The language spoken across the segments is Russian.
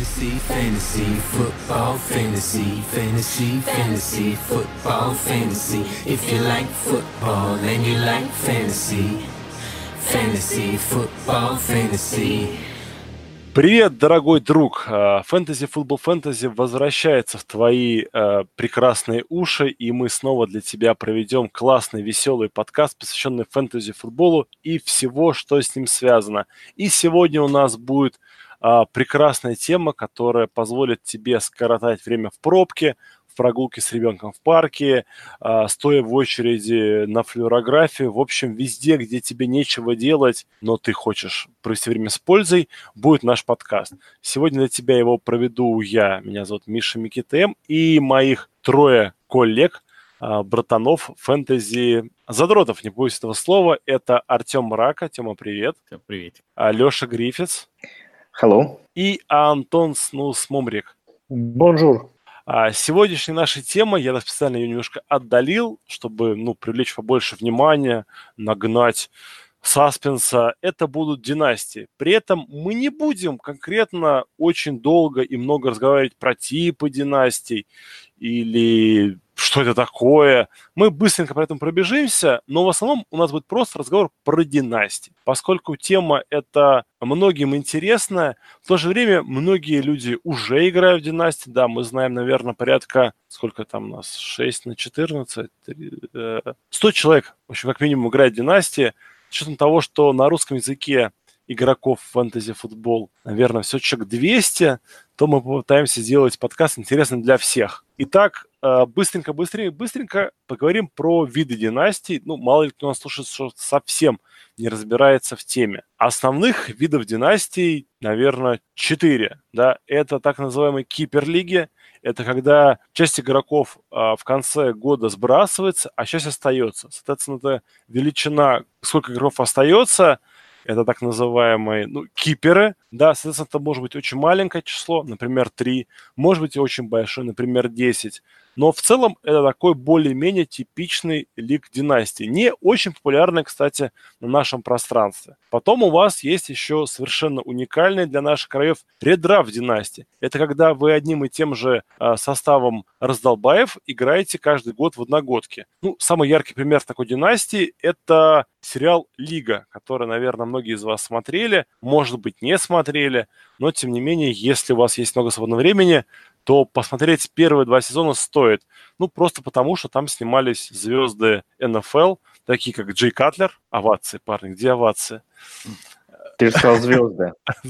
Fantasy, fantasy, football, fantasy, fantasy, fantasy, football, fantasy. If you like football and you like fantasy, fantasy, football, fantasy. Привет, дорогой друг! Фэнтези Футбол Фэнтези возвращается в твои прекрасные уши, и мы снова для тебя проведем классный, веселый подкаст, посвященный фэнтези футболу и всего, что с ним связано. И сегодня у нас будет прекрасная тема, которая позволит тебе скоротать время в пробке, в прогулке с ребенком в парке, стоя в очереди на флюорографию. В общем, везде, где тебе нечего делать, но ты хочешь провести время с пользой, будет наш подкаст. Сегодня для тебя его проведу я. Меня зовут Миша Микитем, и моих трое коллег, братанов, фэнтези задротов, не боюсь этого слова. Это Артем Рака. Тема, привет. Привет. Леша Гриффитс. Hello. И Антон Снус Мумрик. Бонжур. Сегодняшняя наша тема, я специально ее немножко отдалил, чтобы привлечь побольше внимания, нагнать саспенса. Это будут династии. При этом мы не будем конкретно очень долго и много разговаривать про типы династий или что это такое. Мы быстренько по этому пробежимся, но в основном у нас будет просто разговор про династии. Поскольку тема эта многим интересная, в то же время многие люди уже играют в династии. Да, мы знаем, наверное, порядка, сколько там у нас, 6 на 14, 100 человек, в общем, как минимум играет в династии. С учетом того, что на русском языке игроков в фэнтези-футбол, наверное, все человек 200, то мы попытаемся сделать подкаст интересным для всех. Итак, быстренько поговорим про виды династий. Мало ли кто нас слушает, что совсем не разбирается в теме. Основных видов династий, наверное, 4. Да? Это так называемые кипер-лиги. Это когда часть игроков в конце года сбрасывается, а часть остается. Соответственно, это величина, сколько игроков остается. Это так называемые киперы. Да, соответственно, это может быть очень маленькое число, например, 3. Может быть и очень большое, например, 10. Но в целом это такой более-менее типичный лиг династии. Не очень популярный, кстати, на нашем пространстве. Потом у вас есть еще совершенно уникальный для наших краев редрафт династии. Это когда вы одним и тем же составом раздолбаев играете каждый год в одногодке. Самый яркий пример такой династии – это сериал «Лига», который, наверное, многие из вас смотрели, может быть, не смотрели, но, тем не менее, если у вас есть много свободного времени, то посмотреть первые 2 сезона стоит. Просто потому, что там снимались звезды НФЛ, такие как Джей Катлер. Овации, парни, где овации? Ты же сказал звезды.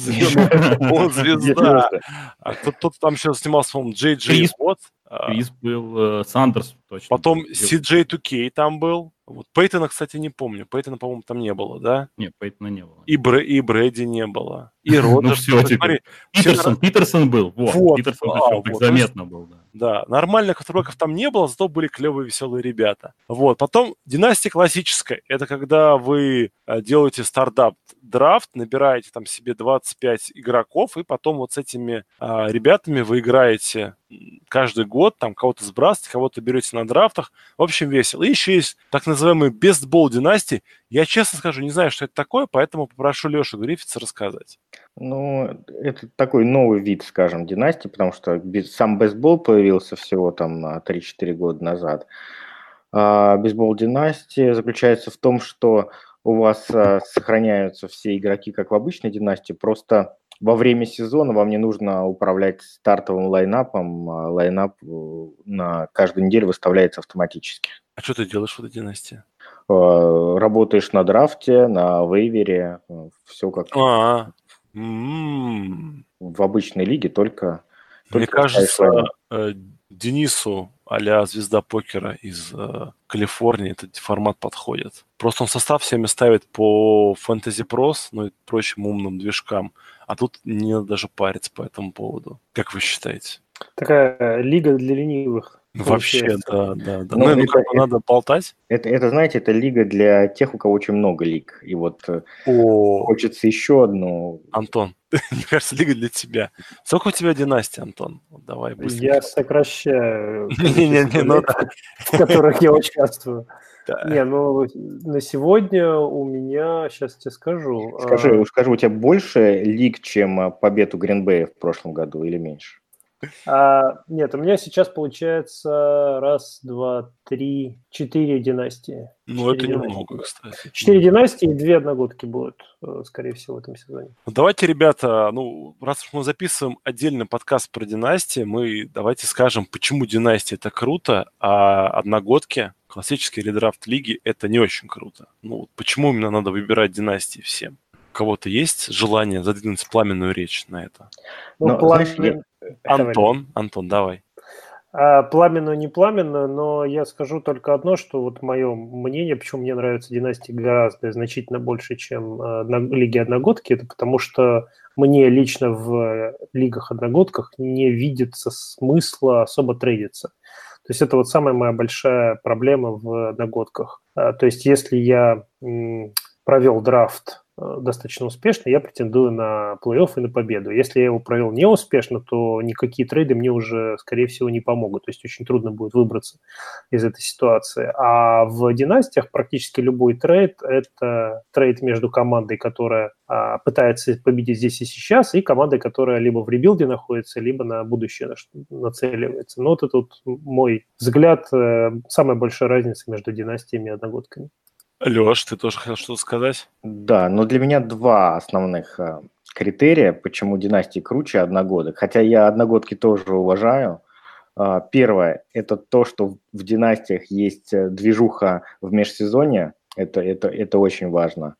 Он звезда. Кто-то там еще снимался, по-моему, Джей Уотт. Крис был, Сандерс точно. Потом CJ2K там был. Вот Пейтона, кстати, не помню. Пейтона, по-моему, там не было, да? Нет, Пейтона не было. И Брэди не было. И Роджерс. Все теперь. Питерсон был. Питерсон причем так заметно был. Да, нормальных квотербеков там не было, зато были клевые, веселые ребята. Потом династия классическая. Это когда вы делаете стартап-драфт, набираете там себе 25 игроков, и потом с этими ребятами вы играете каждый год, там кого-то сбрасываете, кого-то берете на драфтах. В общем, весело. И еще есть так называемые бейсбол династии. Я честно скажу, не знаю, что это такое, поэтому попрошу Лешу Гриффитса рассказать. Это такой новый вид, скажем, династии, потому что сам бейсбол появился всего там 3-4 года назад. Бейсбол династии заключается в том, что у вас сохраняются все игроки, как в обычной династии, просто во время сезона вам не нужно управлять стартовым лайнапом, лайнап на каждую неделю выставляется автоматически. А что ты делаешь в этой династии? Работаешь на драфте, на вейвере, все как в обычной лиге, только мне кажется, Денису а-ля звезда покера из Калифорнии этот формат подходит. Просто он состав всеми ставит по Fantasy Pros, и прочим умным движкам. А тут не надо даже париться по этому поводу. Как вы считаете? Такая лига для ленивых. Вообще, получается. да. Ну, Ну, как бы надо болтать. Это, знаете, это лига для тех, у кого очень много лиг. И вот О, хочется еще одну. Антон, мне кажется, лига для тебя. Сколько у тебя династий, Антон? Вот давай Я быстренько. сокращаю Не-не-не, количество ну лиг, в которых я участвую. да. Не, ну на сегодня у меня, сейчас тебе скажу. Скажи, у тебя больше лиг, чем побед у Гринбея в прошлом году или меньше? Нет, у меня сейчас получается 1, 2, 3, 4 династии. Ну, это немного, кстати. 4 династии и 2 одногодки будут, скорее всего, в этом сезоне. Ну, давайте, ребята, раз уж мы записываем отдельный подкаст про династии, мы давайте скажем, почему династии это круто, а одногодки, классические редрафт лиги, это не очень круто. Ну, почему именно надо выбирать династии всем? У кого-то есть желание задвинуть пламенную речь на это? Антон, давай. Пламенную, не пламенную, но я скажу только одно, что вот мое мнение, почему мне нравятся династии гораздо значительно больше, чем лиги одногодки, это потому что мне лично в лигах одногодках не видится смысла особо трейдиться. То есть это вот самая моя большая проблема в одногодках. То есть если я провел драфт достаточно успешно, я претендую на плей-офф и на победу. Если я его провел неуспешно, то никакие трейды мне уже, скорее всего, не помогут. То есть очень трудно будет выбраться из этой ситуации. А в династиях практически любой трейд – это трейд между командой, которая пытается победить здесь и сейчас, и командой, которая либо в ребилде находится, либо на будущее нацеливается. Но вот это вот мой взгляд, самая большая разница между династиями и одногодками. Леш, ты тоже хотел что-то сказать? Да, но для меня два основных критерия, почему династии круче одногодок. Хотя я одногодки тоже уважаю. Первое – это то, что в династиях есть движуха в межсезонье. Это очень важно.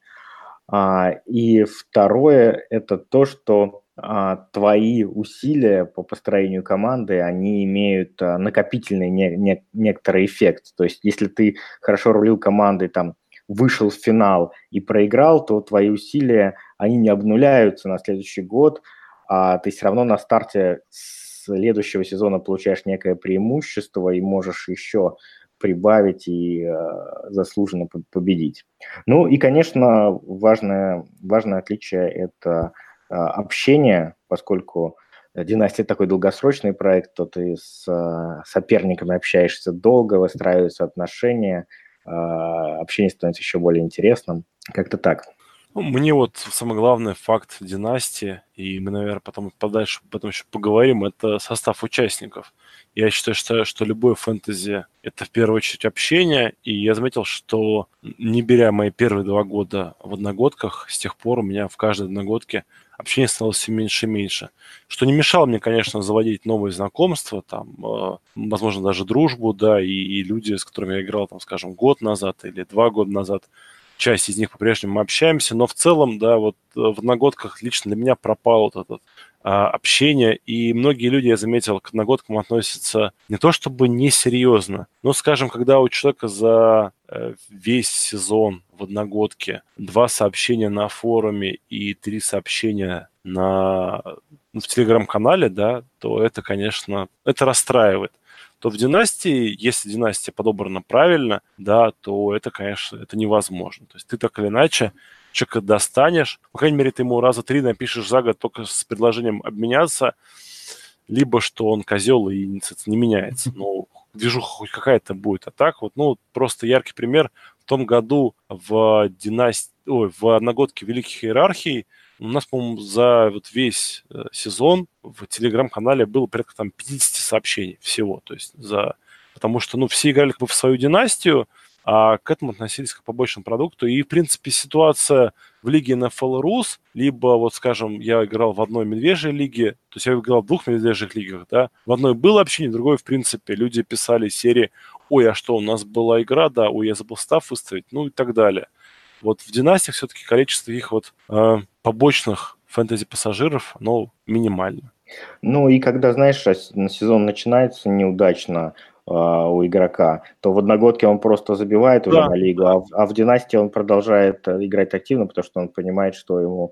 И второе – это то, что твои усилия по построению команды, они имеют накопительный некоторый эффект. То есть если ты хорошо рулил командой, там, вышел в финал и проиграл, то твои усилия, они не обнуляются на следующий год, а ты все равно на старте следующего сезона получаешь некое преимущество и можешь еще прибавить и заслуженно победить. Ну и, конечно, важное отличие – это общение, поскольку династия такой долгосрочный проект, то ты с соперниками общаешься долго, выстраиваются отношения, общение становится еще более интересным. Как-то так. Мне вот самый главный факт династии, и мы, наверное, потом подальше об этом еще поговорим, это состав участников. Я считаю, что любое фэнтези – это в первую очередь общение, и я заметил, что не беря мои первые 2 года в одногодках, с тех пор у меня в каждой одногодке общение становилось все меньше и меньше. Что не мешало мне, конечно, заводить новые знакомства, там, возможно, даже дружбу, да, и люди, с которыми я играл, там, скажем, год назад или 2 года назад, часть из них по-прежнему мы общаемся, но в целом, да, вот в одногодках лично для меня пропало вот это общение, и многие люди, я заметил, к одногодкам относятся не то чтобы несерьезно, но, скажем, когда у человека за весь сезон в одногодке 2 сообщения на форуме и 3 сообщения в телеграм-канале, да, то это, конечно, это расстраивает. То в династии, если династия подобрана правильно, да, то это, конечно, это невозможно. То есть ты так или иначе человека достанешь, по крайней мере, ты ему раза 3 напишешь за год только с предложением обменяться, либо что он козел и не меняется. Ну, движуха хоть какая-то будет. А так вот, просто яркий пример. В том году в одногодке Великих Иерархий у нас, по-моему, за вот весь сезон в телеграм-канале было порядка там 50 сообщений всего. То есть потому что, все играли как бы в свою династию, а к этому относились как к побочному продукту. И, в принципе, ситуация в лиге NFL Rus, либо, вот, скажем, я играл в одной медвежьей лиге, то есть я играл в 2 медвежьих лигах, да, в одной было общение, в другой, в принципе, люди писали серии: ой, а что, у нас была игра, да, ой, я забыл став выставить, и так далее. Вот в династиях все-таки количество их вот побочных фэнтези-пассажиров, оно минимально. Ну и когда, знаешь, сезон начинается неудачно у игрока, то в одногодке он просто забивает уже на лигу, а в династии он продолжает играть активно, потому что он понимает, что ему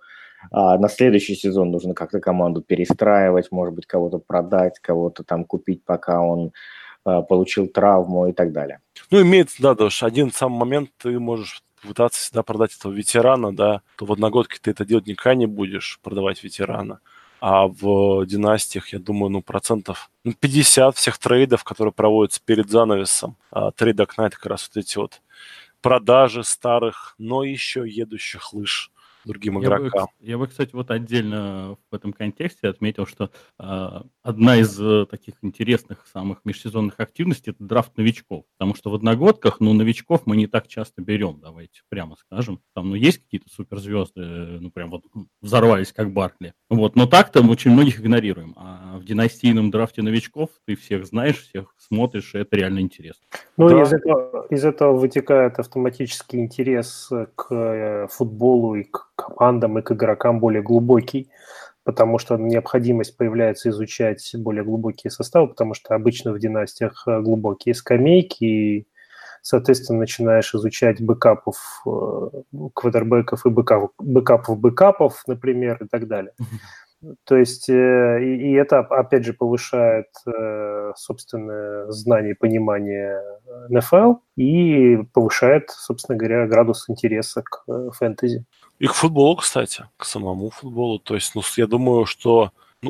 А на следующий сезон нужно как-то команду перестраивать, может быть, кого-то продать, кого-то там купить, пока он получил травму и так далее. Ну, имеется, да, потому что один самый момент ты можешь пытаться всегда продать этого ветерана, да, то в одногодке ты это делать никогда не будешь, продавать ветерана. А в династиях, я думаю, процентов 50 всех трейдов, которые проводятся перед занавесом, трейд-окна, это как раз вот эти вот продажи старых, но еще едущих лыж другим игрокам. Я бы, кстати, вот отдельно в этом контексте отметил, что одна из таких интересных самых межсезонных активностей – это драфт новичков. Потому что в одногодках, новичков мы не так часто берем, давайте прямо скажем. Там, есть какие-то суперзвезды, прям вот взорвались, как Баркли. Вот, но так-то мы очень многих игнорируем. А в династийном драфте новичков ты всех знаешь, всех смотришь, и это реально интересно. Да. Из этого вытекает автоматический интерес к футболу и к командам, и к игрокам более глубокий, потому что необходимость появляется изучать более глубокие составы, потому что обычно в династиях глубокие скамейки, и, соответственно, начинаешь изучать бэкапов квотербеков и бэкапов, например, и так далее. То есть, и это, опять же, повышает собственное знание и понимание НФЛ и повышает, собственно говоря, градус интереса к фэнтези. И к футболу, кстати, к самому футболу. То есть, я думаю, что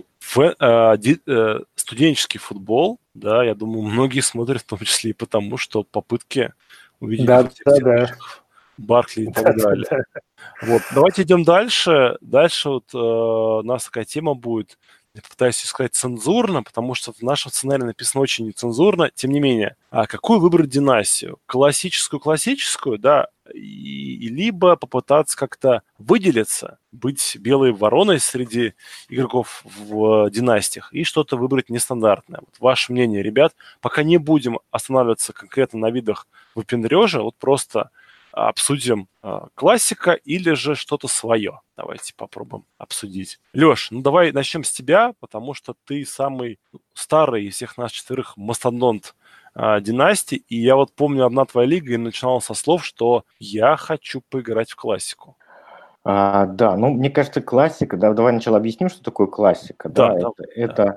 студенческий футбол, да, я думаю, многие смотрят в том числе и потому, что попытки увидеть Баркли и так далее. Вот, давайте идем дальше. Дальше у нас такая тема будет, я попытаюсь сказать цензурно, потому что в нашем сценарии написано очень нецензурно. Тем не менее, какую выбрать династию? Классическую, да, либо попытаться как-то выделиться, быть белой вороной среди игроков в династиях и что-то выбрать нестандартное. Вот ваше мнение, ребят, пока не будем останавливаться конкретно на видах выпендрежа, вот просто обсудим классика или же что-то свое. Давайте попробуем обсудить. Леш, давай начнем с тебя, потому что ты самый старый из всех нас 4 мастодонт династий. И я вот помню, одна твоя лига и начинала со слов, что я хочу поиграть в классику. Да, мне кажется, классика, давай сначала объясним, что такое классика. Это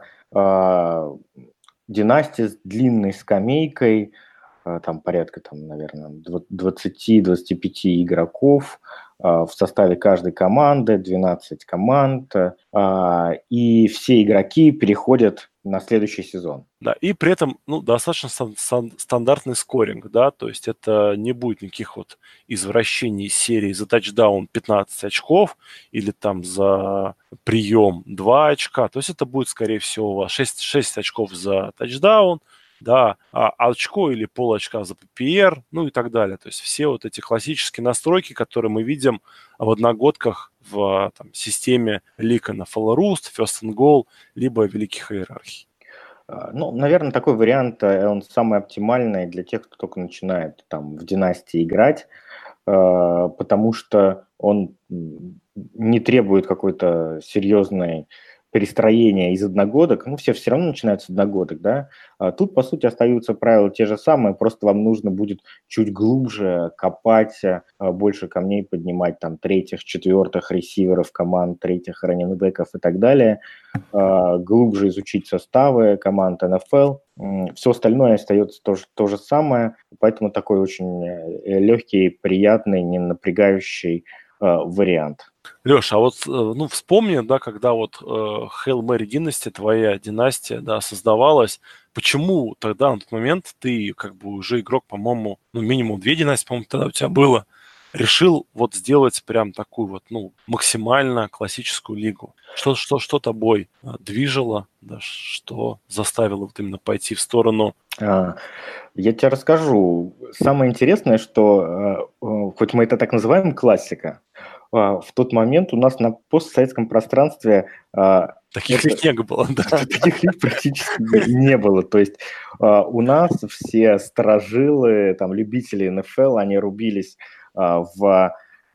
династия с длинной скамейкой, там порядка, наверное, 20-25 игроков в составе каждой команды, 12 команд, и все игроки переходят на следующий сезон. Да, и при этом, достаточно стандартный скоринг, да, то есть это не будет никаких вот извращений серии за тачдаун 15 очков или там за прием 2 очка, то есть это будет, скорее всего, у вас 6 очков за тачдаун, да, очко или пол очка за PPR, и так далее. То есть все вот эти классические настройки, которые мы видим в одногодках в системе лика на Roost, First and Goal, либо великих иерархий. Наверное, такой вариант, он самый оптимальный для тех, кто только начинает в династии играть, потому что он не требует какой-то серьезной перестроения из одногодок, все равно начинают с одногодок, да. Тут, по сути, остаются правила те же самые, просто вам нужно будет чуть глубже копать, больше камней поднимать, третьих, четвертых ресиверов команд, третьих раннинбеков и так далее, глубже изучить составы команд НФЛ. Все остальное остается то же самое, поэтому такой очень легкий, приятный, не напрягающий вариант. Леш, а вот вспомни, да, когда Hail Mary Dynasty, твоя династия, да, создавалась, почему тогда на тот момент ты уже игрок, по-моему, минимум 2 династии, по-моему, тогда у тебя было, решил сделать прям такую максимально классическую лигу? Что тобой движило, да, что заставило именно пойти в сторону? Я тебе расскажу. Самое интересное, что хоть мы это так называем классика, в тот момент у нас на постсоветском пространстве таких лиг не было. Таких лиг практически не было. То есть у нас все старожилы, любители НФЛ, они рубились в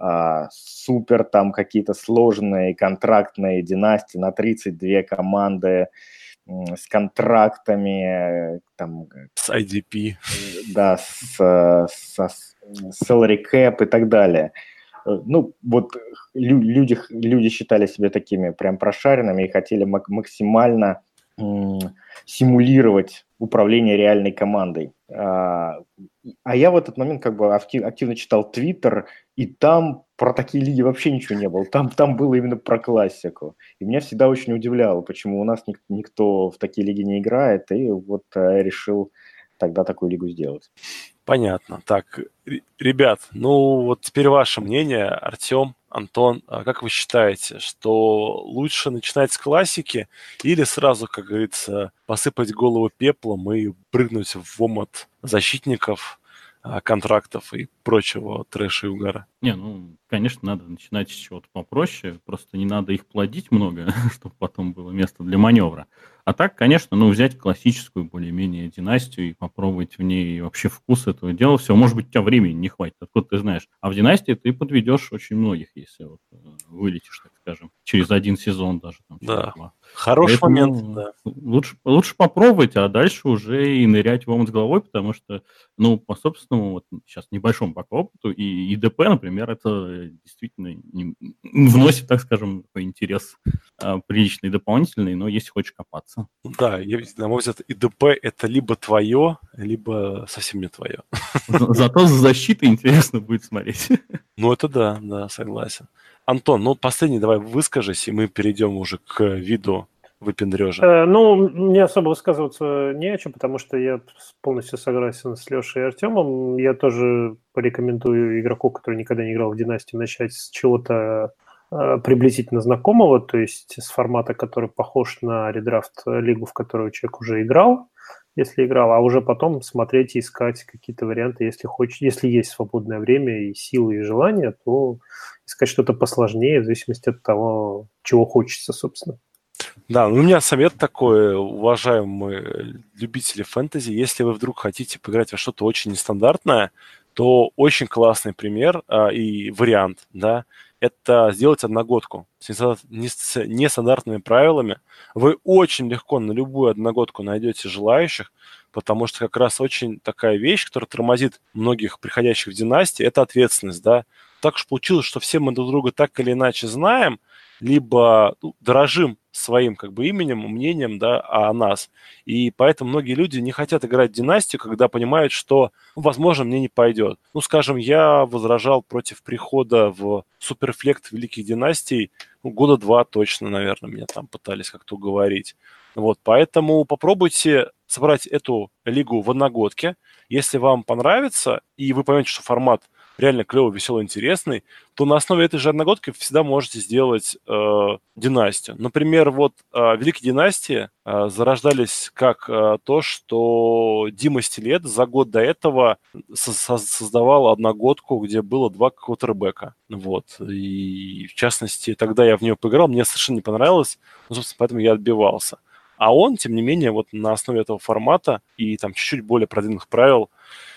супер какие-то сложные контрактные династии на 32 команды с контрактами, с IDP, да, с salary cap и так далее. ну, вот люди считали себя такими прям прошаренными и хотели максимально симулировать управление реальной командой. А я в этот момент как бы активно читал Твиттер, и там про такие лиги вообще ничего не было. Там было именно про классику. И меня всегда очень удивляло, почему у нас никто в такие лиги не играет, и вот решил тогда такую лигу сделать. Понятно. Так, ребят, ну вот теперь ваше мнение, Артем, Антон, как вы считаете, что лучше начинать с классики или сразу, как говорится, посыпать голову пеплом и прыгнуть в омут защитников, контрактов и прочего трэша и угара? Не, ну, конечно, надо начинать с чего-то попроще, просто не надо их плодить много, чтобы потом было место для маневра. А так, конечно, ну, взять классическую более-менее династию и попробовать в ней вообще вкус этого дела. Все, может быть, у тебя времени не хватит, откуда ты знаешь. А в династии ты подведешь очень многих, если вот вылетишь, так скажем, через один сезон даже. Там, Да, два. хороший Поэтому момент, да. лучше попробовать, а дальше уже и нырять в омут с головой, потому что, ну, по собственному, вот сейчас небольшому пока опыту, и ИДП, например, это действительно не вносит, так скажем, такой интерес приличный, дополнительный, но если хочешь копаться. Да, на мой взгляд, ИДП это либо твое, либо совсем не твое. Зато за защитой интересно будет смотреть. Ну, это да, согласен. Антон, ну, последний давай выскажись, и мы перейдем уже к виду выпендрежа. Ну, мне особо высказываться не о чем, потому что я полностью согласен с Лешей и Артемом. Я тоже порекомендую игроку, который никогда не играл в династию, начать с чего-то приблизительно знакомого, то есть с формата, который похож на редрафт лигу, в которую человек уже играл, если играл, а уже потом смотреть и искать какие-то варианты, если есть свободное время и силы, и желание, то искать что-то посложнее, в зависимости от того, чего хочется, собственно. Да, у меня совет такой, уважаемые любители фэнтези, если вы вдруг хотите поиграть во что-то очень нестандартное, то очень классный пример и вариант, да, это сделать одногодку с нестандартными правилами. Вы очень легко на любую одногодку найдете желающих, потому что как раз очень такая вещь, которая тормозит многих приходящих в династии, это ответственность, да. Так уж получилось, что все мы друг друга так или иначе знаем, либо дорожим своим как бы именем, мнением, да, о нас. И поэтому многие люди не хотят играть в династию, когда понимают, что, возможно, мне не пойдет. Ну, скажем, я возражал против прихода в суперфлект великих династий года 2 точно, наверное, меня там пытались как-то уговорить. Вот, поэтому попробуйте собрать эту лигу в одногодке. Если вам понравится, и вы поймете, что формат реально клевый, веселый, интересный, то на основе этой же одногодки всегда можете сделать династию. Например, вот Великие династии зарождались как то, что Дима Стилет за год до этого создавал одногодку, где было 2 квотербека. Вот. И, в частности, тогда я в нее поиграл, мне совершенно не понравилось, ну, собственно, поэтому я отбивался. А он, тем не менее, вот на основе этого формата и там чуть-чуть более продвинутых правил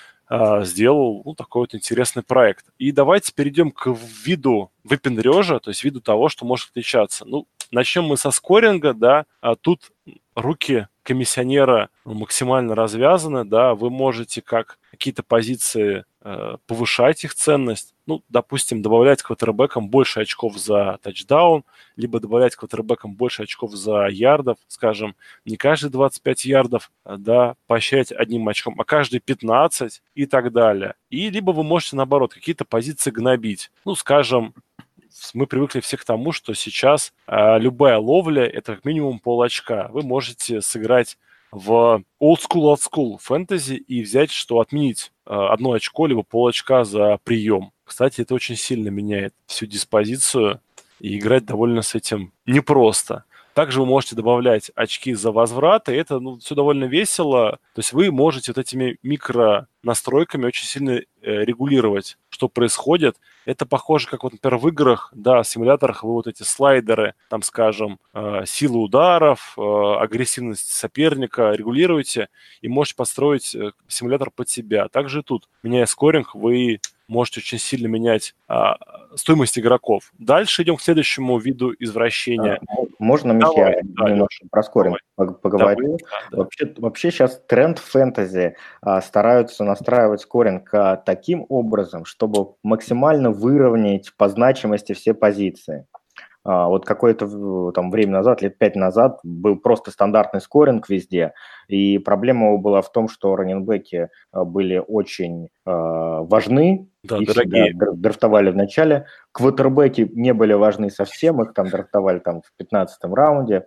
сделал такой вот интересный проект. И давайте перейдем к виду выпендрежа, то есть виду того, что может отличаться. Ну, начнем мы со скоринга, да, тут руки комиссионера максимально развязаны, да, вы можете как какие-то позиции повышать их ценность, ну, допустим, добавлять квотербекам больше очков за тачдаун, либо добавлять квотербекам больше очков за ярдов, скажем, не каждые 25 ярдов, да, поощрять одним очком, а каждые 15 и так далее. И либо вы можете, наоборот, какие-то позиции гнобить. Ну, скажем, мы привыкли все к тому, что сейчас любая ловля – это как минимум полочка. Вы можете сыграть в old school фэнтези и взять, что отменить 1 очко либо полочка за прием. Кстати, это очень сильно меняет всю диспозицию, и играть довольно с этим непросто. Также вы можете добавлять очки за возврат, и это все довольно весело. То есть вы можете вот этими микронастройками очень сильно регулировать, что происходит. Это похоже, как вот, например, в играх, да, в симуляторах вы вот эти слайдеры, там, скажем, силу ударов, агрессивность соперника регулируете и можете построить симулятор под себя. Также и тут, меняя скоринг, вы можете очень сильно менять стоимость игроков. Дальше идем к следующему виду извращения. Можно, Михаил, немножко про скоринг поговорю? Да. Вообще сейчас тренд фэнтези стараются настраивать скоринг таким образом, чтобы максимально выровнять по значимости все позиции. Вот какое-то там время назад, лет 5 назад, был просто стандартный скоринг везде, и проблема его была в том, что раннинбеки были очень важны, Да, их всегда дорогие. драфтовали в начале. Квотербеки не были важны совсем, их там драфтовали там, в 15-м раунде.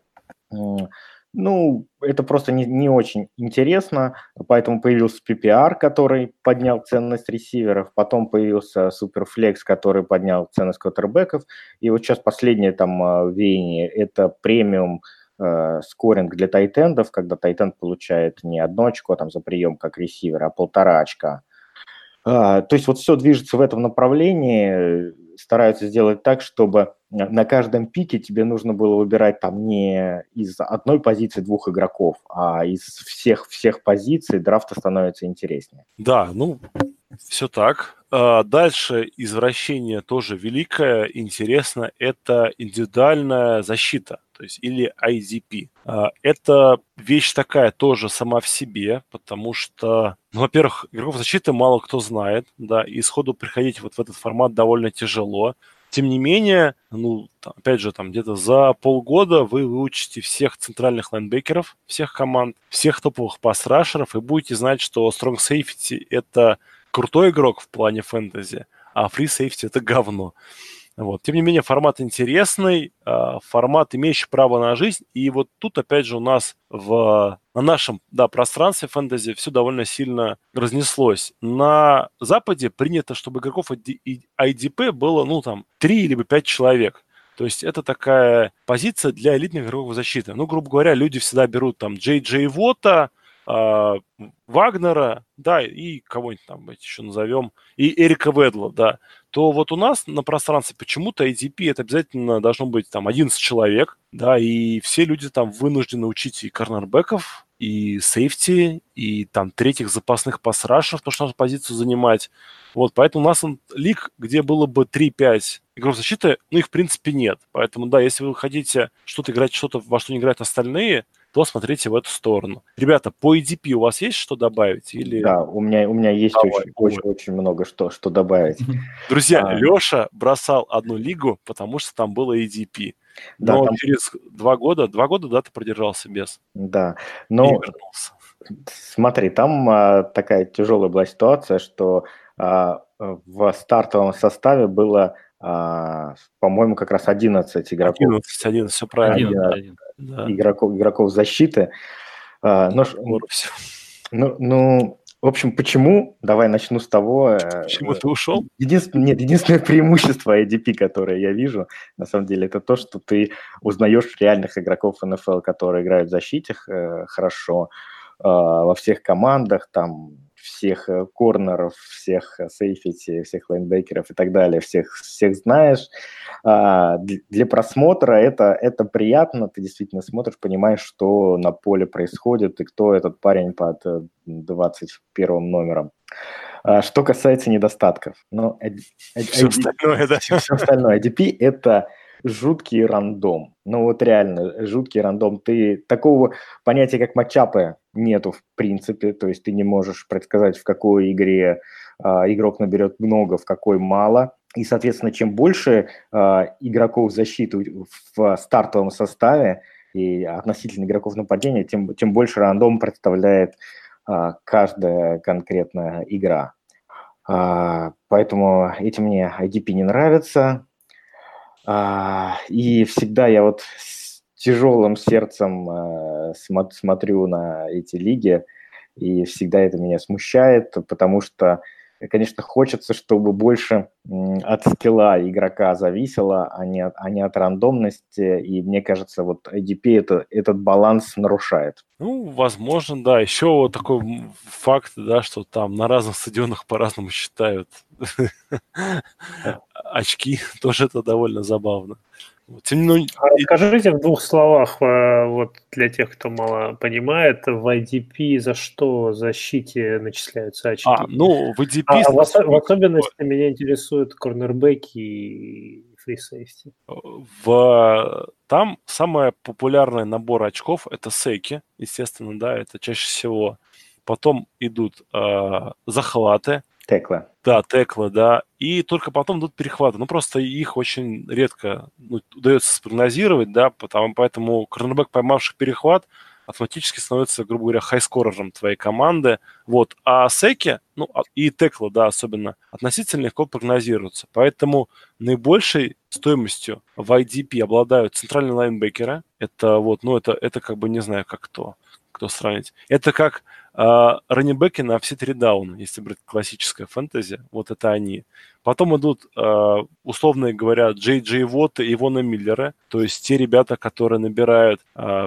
Ну, это просто не очень интересно, поэтому появился PPR, который поднял ценность ресиверов, потом появился Superflex, который поднял ценность квотербеков, и вот сейчас последнее там веяние – это премиум скоринг для тайтендов, когда тайтенд получает не 1 очко там за прием как ресивер, а 1,5 очка. То есть вот все движется в этом направлении, стараются сделать так, чтобы на каждом пике тебе нужно было выбирать там не из одной позиции 2 игроков, а из всех позиций драфта становится интереснее. Да, ну, все так. Дальше извращение тоже великое, интересно, это индивидуальная защита, то есть или IDP. Это вещь такая тоже сама в себе, потому что, ну, во-первых, игроков защиты мало кто знает, да, и сходу приходить вот в этот формат довольно тяжело. Тем не менее, ну, опять же, там где-то за полгода вы выучите всех центральных лайнбекеров, всех команд, всех топовых пас-рашеров и будете знать, что Strong Safety – это крутой игрок в плане фэнтези, а Free Safety – это говно. Вот. Тем не менее, формат интересный, формат, имеющий право на жизнь. И вот тут, опять же, у нас на нашем пространстве фэнтези все довольно сильно разнеслось. На Западе принято, чтобы игроков IDP было, ну, там, 3 либо 5 человек. То есть это такая позиция для элитных игроков защиты. Ну, грубо говоря, люди всегда берут там Джей Джей Вотта, Вагнера, да, и кого-нибудь там еще назовем, и Эрика Ведла, да, то вот у нас на пространстве почему-то ADP это обязательно должно быть там 11 человек, да, и все люди там вынуждены учить и корнербеков, и сейфти, и там третьих запасных пас-рашеров, потому что надо позицию занимать. Вот, поэтому у нас лиг, где было бы 3-5 игроков защиты, ну, их в принципе нет. Поэтому, да, если вы хотите что-то играть, что-то, во что не играют остальные, то смотрите в эту сторону. Ребята, по EDP у вас есть что добавить? Или... Да, у меня есть очень много что добавить. Друзья, Леша бросал одну лигу, потому что там было EDP. Но да, через 2 года, да, ты продержался без. Да, но смотри, там такая тяжелая была ситуация, что в стартовом составе было, по-моему, как раз 11 игроков. 11, все правильно. 11, да. игроков защиты. В общем, почему? Давай начну с того. Почему ты ушел? Единственное преимущество ADP, которое я вижу, на самом деле, это то, что ты узнаешь реальных игроков НФЛ, которые играют в защите хорошо, во всех командах, там, всех корнеров, всех сейфити, всех лайнбекеров и так далее, всех знаешь. Для просмотра это приятно, ты действительно смотришь, понимаешь, что на поле происходит и кто этот парень под 21 номером. Что касается недостатков, все остальное, да. Все остальное. IDP – это жуткий рандом. Ну вот реально, жуткий рандом. Такого понятия, как матчапы, нету в принципе. То есть ты не можешь предсказать, в какой игре игрок наберет много, в какой мало. И, соответственно, чем больше игроков защиты в стартовом составе и относительно игроков нападения, тем больше рандом представляет каждая конкретная игра. Поэтому этим мне IDP не нравится. И всегда я вот с тяжелым сердцем смотрю на эти лиги, и всегда это меня смущает, потому что, конечно, хочется, чтобы больше от скилла игрока зависело, а не от рандомности, и мне кажется, вот IDP этот баланс нарушает. Ну, возможно, да. Еще вот такой факт, да, что там на разных стадионах по-разному считают очки, тоже это довольно забавно. Расскажите в 2 словах, вот для тех, кто мало понимает, в IDP за что защите начисляются очки? Ну, в IDP... в особенности меня интересуют корнербеки и фрисейфти. Там самый популярный набор очков – это сейки, естественно, да, это чаще всего потом идут захваты, Теклы. да, теклы, да, и только потом идут перехваты. Ну, просто их очень редко удается спрогнозировать, да, поэтому корнербэк, поймавший перехват, автоматически становится, грубо говоря, хайскорером твоей команды. Вот. А секи, и теклы, да, особенно, относительно легко прогнозируются. Поэтому наибольшей стоимостью в IDP обладают центральные лайнбекеры. Это вот, это как бы не знаю, как кто сравнить. Это как раннинбеки на все 3 дауна, если брать классическое фэнтези. Вот это они. Потом идут, условно говоря, Джей Джей Вотты и Вона Миллеры, то есть те ребята, которые набирают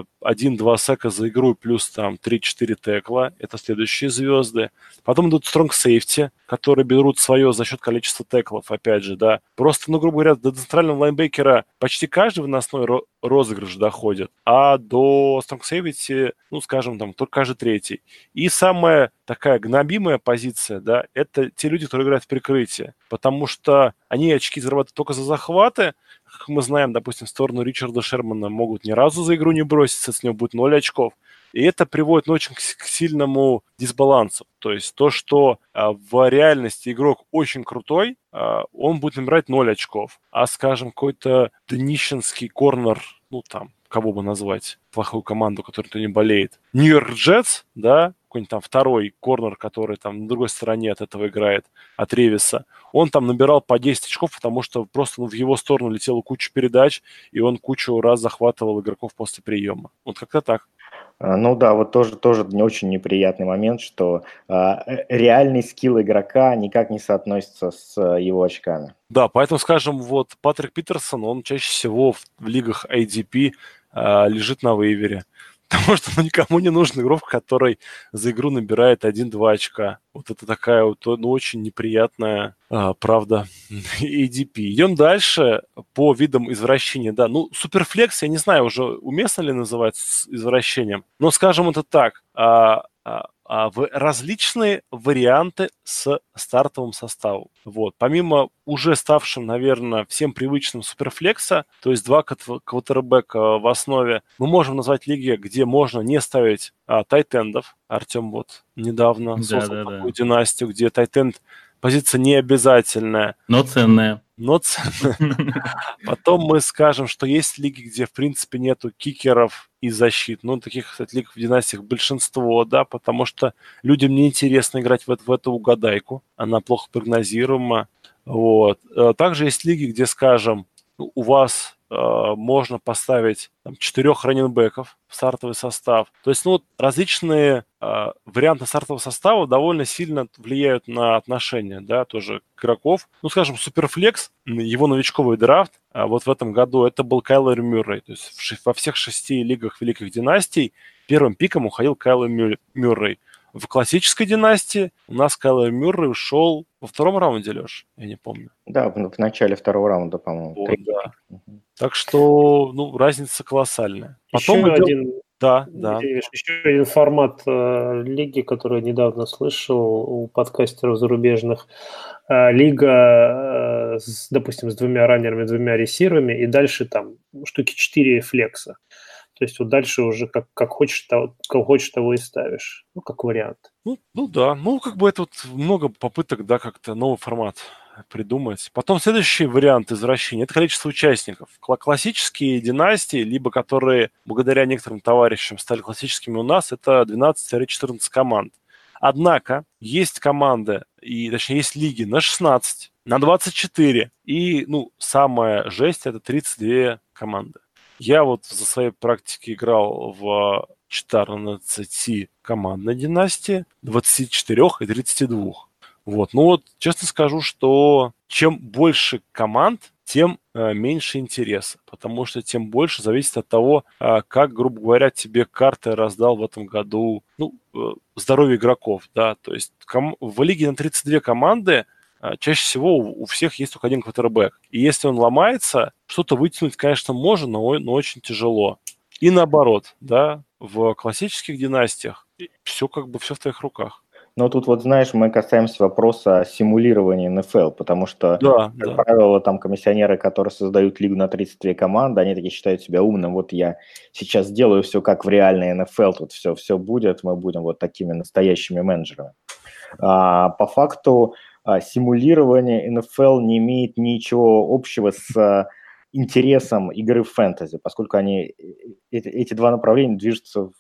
1-2 сека за игру плюс там 3-4 текла. Это следующие звезды. Потом идут Strong Safety, которые берут свое за счет количества теклов, опять же, да. Просто, грубо говоря, до центрального лайнбекера почти каждый выносной розыгрыш доходит, а до Strong Safety, скажем, там, только каждый третий. И самая такая гнобимая позиция, да, это те люди, которые играют в прикрытие, потому что они очки зарабатывают только за захваты. Как мы знаем, допустим, в сторону Ричарда Шермана могут ни разу за игру не броситься, с него будет 0 очков. И это приводит очень к сильному дисбалансу. То есть то, что в реальности игрок очень крутой, он будет набирать 0 очков. А, скажем, какой-то днищенский корнер, кого бы назвать, плохую команду, которая никто не болеет. Нью-Йорк Джетс, да, какой-нибудь там второй корнер, который там на другой стороне от этого играет, от Ревиса, он там набирал по 10 очков, потому что просто в его сторону летела куча передач, и он кучу раз захватывал игроков после приема. Вот как-то так. Ну да, вот тоже не очень неприятный момент, что реальный скилл игрока никак не соотносится с его очками. Да, поэтому, скажем, вот Патрик Питерсон, он чаще всего в лигах IDP лежит на вейвере. Потому что никому не нужен игрок, который за игру набирает 1-2 очка. Вот это такая вот очень неприятная правда ADP. Идем дальше по видам извращения. Да, суперфлекс, я не знаю, уже уместно ли называть извращением, но скажем это так. В различные варианты с стартовым составом. Вот. Помимо уже ставшим, наверное, всем привычным суперфлекса, то есть 2 квотербека в основе, мы можем назвать лиги, где можно не ставить тайтендов. Артем вот недавно создал такую династию, где тайтенд позиция не обязательная. Но ценная. Потом мы скажем, что есть лиги, где, в принципе, нету кикеров и защит. Таких, кстати, лиг в династиях большинство, да, потому что людям неинтересно играть в эту угадайку. Она плохо прогнозируема. Вот. Также есть лиги, где, скажем, у вас можно поставить 4 раннинбеков в стартовый состав. То есть, различные варианты стартового состава довольно сильно влияют на отношения, да, тоже игроков. Скажем, Суперфлекс, его новичковый драфт, вот в этом году это был Кайлер Мюррей. То есть во всех 6 лигах Великих Династий первым пиком уходил Кайлер Мюррей. В классической династии у нас Кайлер Мюррей ушел во 2-м раунде, Леш, я не помню. Да, в начале 2-го раунда, по-моему. Вот, да. Так что, разница колоссальная. Потом еще один один формат лиги, который я недавно слышал у подкастеров зарубежных. Лига, допустим, с 2 раннерами, 2 ресиверами, и дальше там штуки 4 флекса. То есть вот дальше уже как хочешь, кого хочешь, того и ставишь. Как вариант. Да. Это вот много попыток, да, как-то новый формат придумать. Потом следующий вариант извращения – это количество участников. Классические династии, либо которые благодаря некоторым товарищам стали классическими у нас, это 12-14 команд. Однако есть команды, точнее есть лиги на 16, на 24, и, самая жесть – это 32 команды. Я вот за своей практики играл в 14-командной династии, 24 и 32. Вот. Честно скажу, что чем больше команд, тем меньше интереса, потому что тем больше зависит от того, как, грубо говоря, тебе карты раздал в этом году здоровье игроков, да, то есть в лиге на 32 команды чаще всего у всех есть только один квотербэк. И если он ломается, что-то вытянуть, конечно, можно, но очень тяжело. И наоборот, да, в классических династиях все все в твоих руках. Но тут вот, знаешь, мы касаемся вопроса симулирования НФЛ, потому что, Да, как да. правило, там комиссионеры, которые создают лигу на 32 команды, они такие считают себя умным. Вот я сейчас сделаю все как в реальной НФЛ, тут все будет, мы будем вот такими настоящими менеджерами. По факту симулирование НФЛ не имеет ничего общего с интересом игры в фэнтези, поскольку эти два направления движутся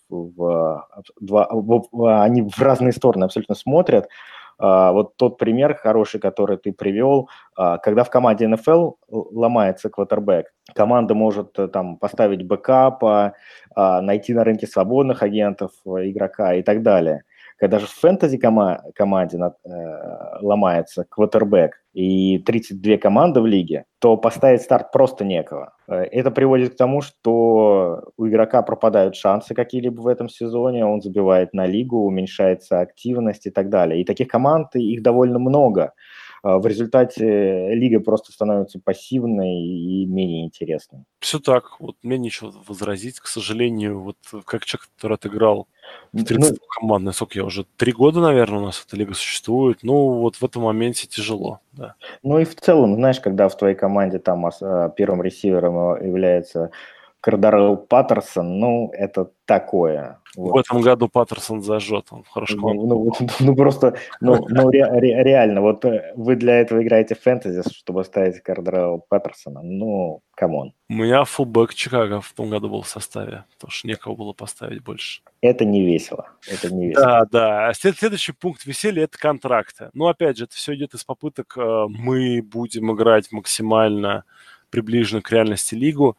они в разные стороны абсолютно смотрят. Вот тот пример хороший, который ты привел, когда в команде НФЛ ломается квотербэк, команда может там поставить бэкапа, найти на рынке свободных агентов игрока и так далее. Когда же в фэнтези-команде ломается квотербэк и 32 команды в лиге, то поставить старт просто некого. Это приводит к тому, что у игрока пропадают шансы какие-либо в этом сезоне, он забивает на лигу, уменьшается активность и так далее. И таких команд, их довольно много. В результате лига просто становится пассивной и менее интересной. Все так. Вот мне нечего возразить. К сожалению, вот как человек, который отыграл в 30 командной, сколько я уже 3 года, наверное, у нас эта лига существует. Ну, вот в этом моменте тяжело, да. Ну и в целом, знаешь, когда в твоей команде там первым ресивером является Кардарелл Паттерсон, ну, это такое. В этом году Паттерсон зажжет, он в хорошей команде. Реально, вот вы для этого играете в фэнтези, чтобы ставить Кардарелла Паттерсона, ну, камон. У меня фулбэк Чикаго в том году был в составе, потому что некого было поставить больше. Это не весело. Да. Следующий пункт веселья – это контракты. Ну, опять же, это все идет из попыток, мы будем играть максимально приближенно к реальности лигу.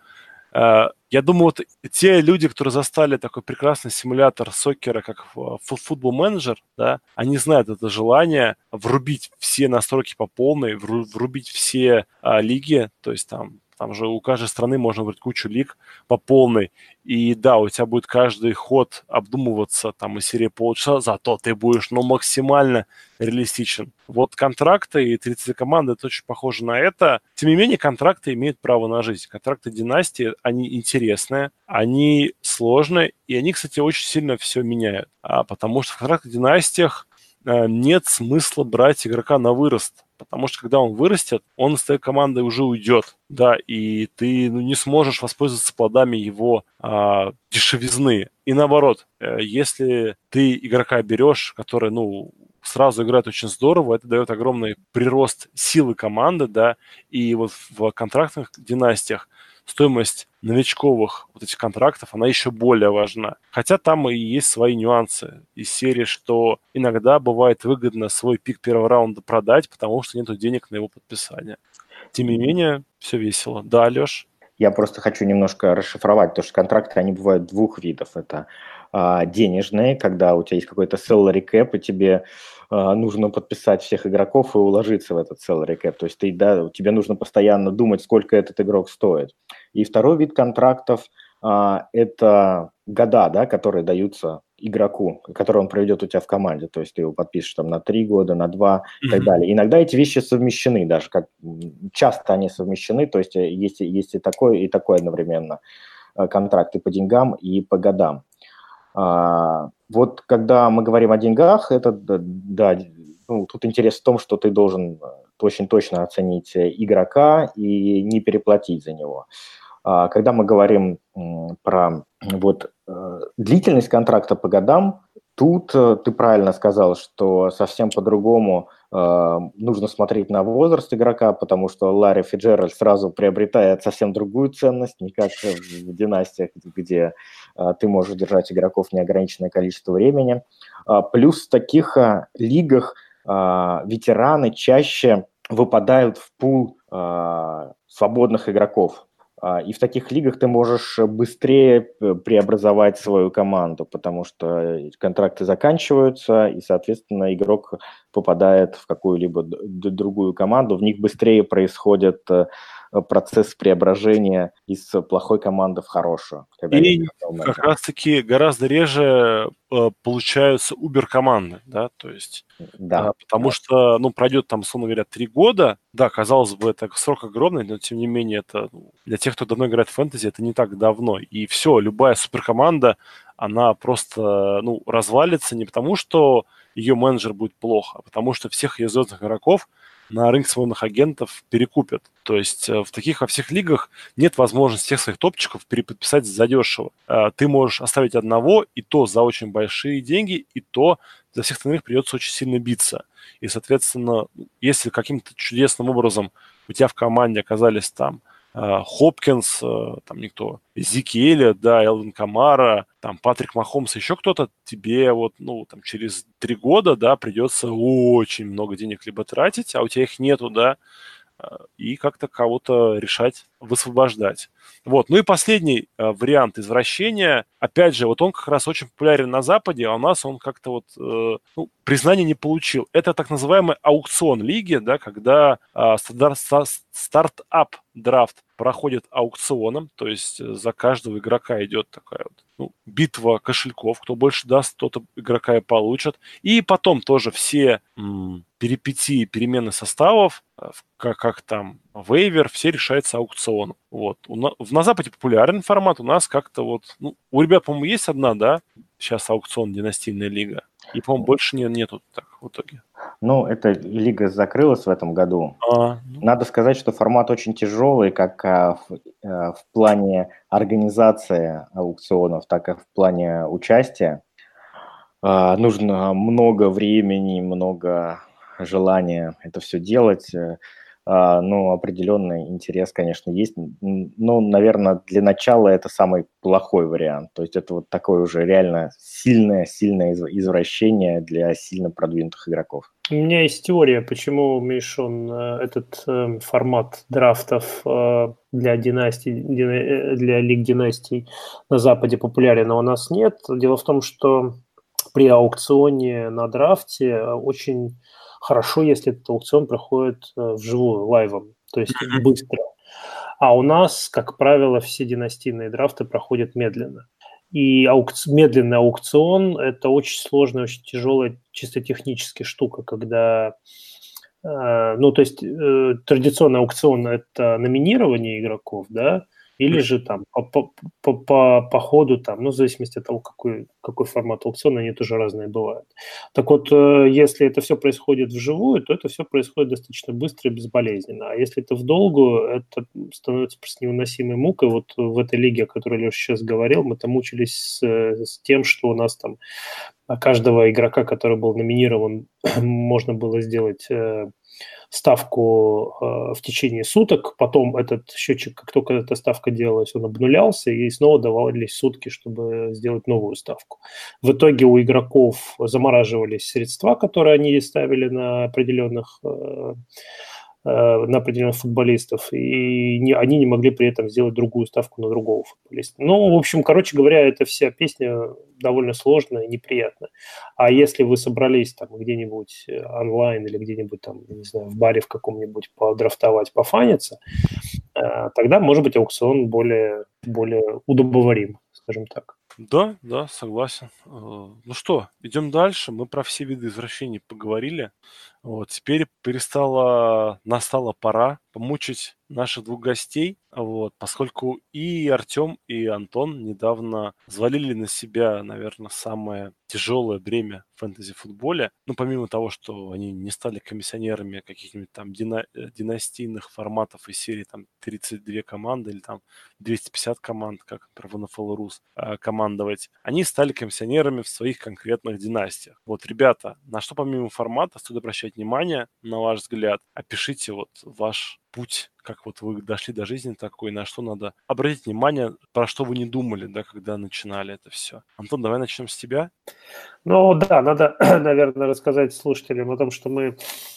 Я думаю, вот те люди, которые застали такой прекрасный симулятор соккера, как Football Manager, да, они знают это желание врубить все настройки по полной, врубить все лиги, то есть там же у каждой страны можно выбрать кучу лиг по полной. И да, у тебя будет каждый ход обдумываться там из серии полчаса, зато ты будешь, максимально реалистичен. Вот контракты и 30 команды, это очень похоже на это. Тем не менее, контракты имеют право на жизнь. Контракты династии, они интересные, они сложные, и они, кстати, очень сильно все меняют. Потому что в контрактах династиях нет смысла брать игрока на вырост. Потому что когда он вырастет, он из твоей команды уже уйдет, да, и ты не сможешь воспользоваться плодами его дешевизны. И наоборот, если ты игрока берешь, который, сразу играет очень здорово, это дает огромный прирост силы команды, да, и вот в контрактных династиях стоимость новичковых вот этих контрактов, она еще более важна. Хотя там и есть свои нюансы из серии, что иногда бывает выгодно свой пик первого раунда продать, потому что нету денег на его подписание. Тем не менее, все весело. Да, Леш? Я просто хочу немножко расшифровать, потому что контракты, они бывают двух видов. Это денежные, когда у тебя есть какой-то salary cap, и тебе нужно подписать всех игроков и уложиться в этот salary cap. То есть тебе нужно постоянно думать, сколько этот игрок стоит. И второй вид контрактов это года, да, которые даются игроку, который он проведет у тебя в команде. То есть ты его подпишешь там на 3 года, на 2 и так далее. Иногда эти вещи совмещены, даже часто они совмещены, то есть есть и такой одновременно контракты по деньгам и по годам. Вот когда мы говорим о деньгах, это, да, тут интерес в том, что ты должен очень точно оценить игрока и не переплатить за него. Когда мы говорим про длительность контракта по годам, тут ты правильно сказал, что совсем по-другому нужно смотреть на возраст игрока, потому что Ларри Фицджеральд сразу приобретает совсем другую ценность, не как в династиях, где ты можешь держать игроков неограниченное количество времени. Плюс в таких лигах ветераны чаще выпадают в пул свободных игроков. И в таких лигах ты можешь быстрее преобразовать свою команду, потому что контракты заканчиваются, и, соответственно, игрок попадает в какую-либо другую команду. В них быстрее происходит процесс преображения из плохой команды в хорошую. И как раз-таки гораздо реже получаются Uber-команды, да, то есть, потому что, пройдет там, условно говоря, 3 года, да, казалось бы, это срок огромный, но, тем не менее, это для тех, кто давно играет в фэнтези, это не так давно, и все, любая суперкоманда, она просто, развалится не потому, что ее менеджер будет плохо, потому что всех ее звездных игроков на рынке свободных агентов перекупят. То есть во всех лигах нет возможности всех своих топчиков переподписать задешево. Ты можешь оставить одного, и то за очень большие деньги, и то за всех остальных придется очень сильно биться. И, соответственно, если каким-то чудесным образом у тебя в команде оказались там Хопкинс, там никто, Зики, да, Элвин Камара, там Патрик Махомс, еще кто-то, тебе вот, там через 3 года, да, придется очень много денег либо тратить, а у тебя их нету, да, и как-то кого-то решать высвобождать. Вот. Ну и последний вариант извращения. Опять же, вот он как раз очень популярен на Западе, а у нас он как-то признания не получил. Это так называемый аукцион лиги, да, когда стартап драфт проходит аукционом, то есть за каждого игрока идет такая битва кошельков, кто больше даст, тот игрока и получит. И потом тоже все перипетии перемены составов, как там вейвер, все решается аукционом. Вот. На Западе популярен формат, у нас как-то у ребят, по-моему, есть одна, да, сейчас аукцион «Династийная лига», и, по-моему, больше нету так в итоге. Эта лига закрылась в этом году. Надо сказать, что формат очень тяжелый, как в плане организации аукционов, так и в плане участия. Нужно много времени, много желания это все делать. Определенный интерес, конечно, есть. Наверное, для начала это самый плохой вариант. То есть это вот такое уже реально сильное извращение для сильно продвинутых игроков. У меня есть теория, почему, Миш, этот формат драфтов для династий, для лиг династий на Западе популярен, а у нас нет. Дело в том, что при аукционе на драфте очень хорошо, если этот аукцион проходит вживую, лайвом, то есть быстро. А у нас, как правило, все династийные драфты проходят медленно. И медленный аукцион – это очень сложная, очень тяжелая, чисто техническая штука, когда… традиционный аукцион – это номинирование игроков, да, или же там по ходу, там, в зависимости от того, какой формат аукциона, они тоже разные бывают. Так вот, если это все происходит вживую, то это все происходит достаточно быстро и безболезненно. А если это в долгую, это становится просто невыносимой мукой. Вот в этой лиге, о которой Леша сейчас говорил, мы там мучились с тем, что у нас там каждого игрока, который был номинирован, можно было сделать ставку в течение суток, потом этот счетчик, как только эта ставка делалась, он обнулялся, и снова давались сутки, чтобы сделать новую ставку. В итоге у игроков замораживались средства, которые они ставили на определенных футболистов, и они не могли при этом сделать другую ставку на другого футболиста. В общем, короче говоря, эта вся песня довольно сложная и неприятная. А если вы собрались там где-нибудь онлайн или где-нибудь там, не знаю, в баре в каком-нибудь подрафтовать, пофаниться, тогда, может быть, аукцион более удобоварим, скажем так. Да, согласен. Ну что, идем дальше. Мы про все виды извращений поговорили. Вот, теперь настала пора помучить наших двух гостей, поскольку и Артем, и Антон недавно взвалили на себя, наверное, самое тяжелое бремя в фэнтези-футболе. Помимо того, что они не стали комиссионерами каких-нибудь там династийных форматов из серии там 32 команды или там 250 команд, как, например, в NFL Rus командовать, они стали комиссионерами в своих конкретных династиях. Вот, ребята, на что помимо формата стоит обращать внимание, на ваш взгляд? Опишите ваш путь, как вы дошли до жизни такой, на что надо обратить внимание, про что вы не думали, да, когда начинали это все. Антон, давай начнем с тебя. Надо, наверное, рассказать слушателям о том, что мы,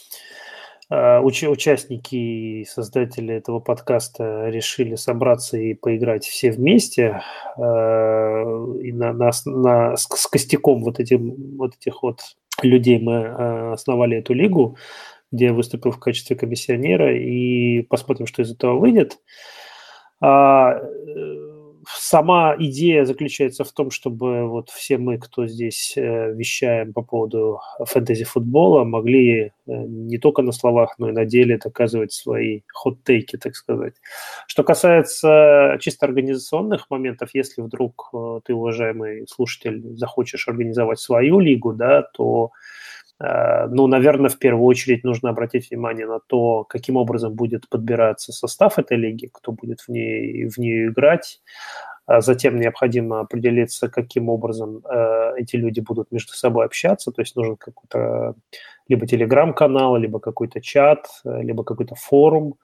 участники и создатели этого подкаста, решили собраться и поиграть все вместе, и с костяком этих людей мы основали эту лигу, где я выступил в качестве комиссионера, и посмотрим, что из этого выйдет. Сама идея заключается в том, чтобы вот все мы, кто здесь вещаем по поводу фэнтези-футбола, могли не только на словах, но и на деле доказывать свои хот-тейки, так сказать. Что касается чисто организационных моментов, если вдруг ты, уважаемый слушатель, захочешь организовать свою лигу, да, то наверное, в первую очередь нужно обратить внимание на то, каким образом будет подбираться состав этой лиги, кто будет в нее играть. Затем необходимо определиться, каким образом эти люди будут между собой общаться. То есть нужен какой-то либо телеграм-канал, либо какой-то чат, либо какой-то форум.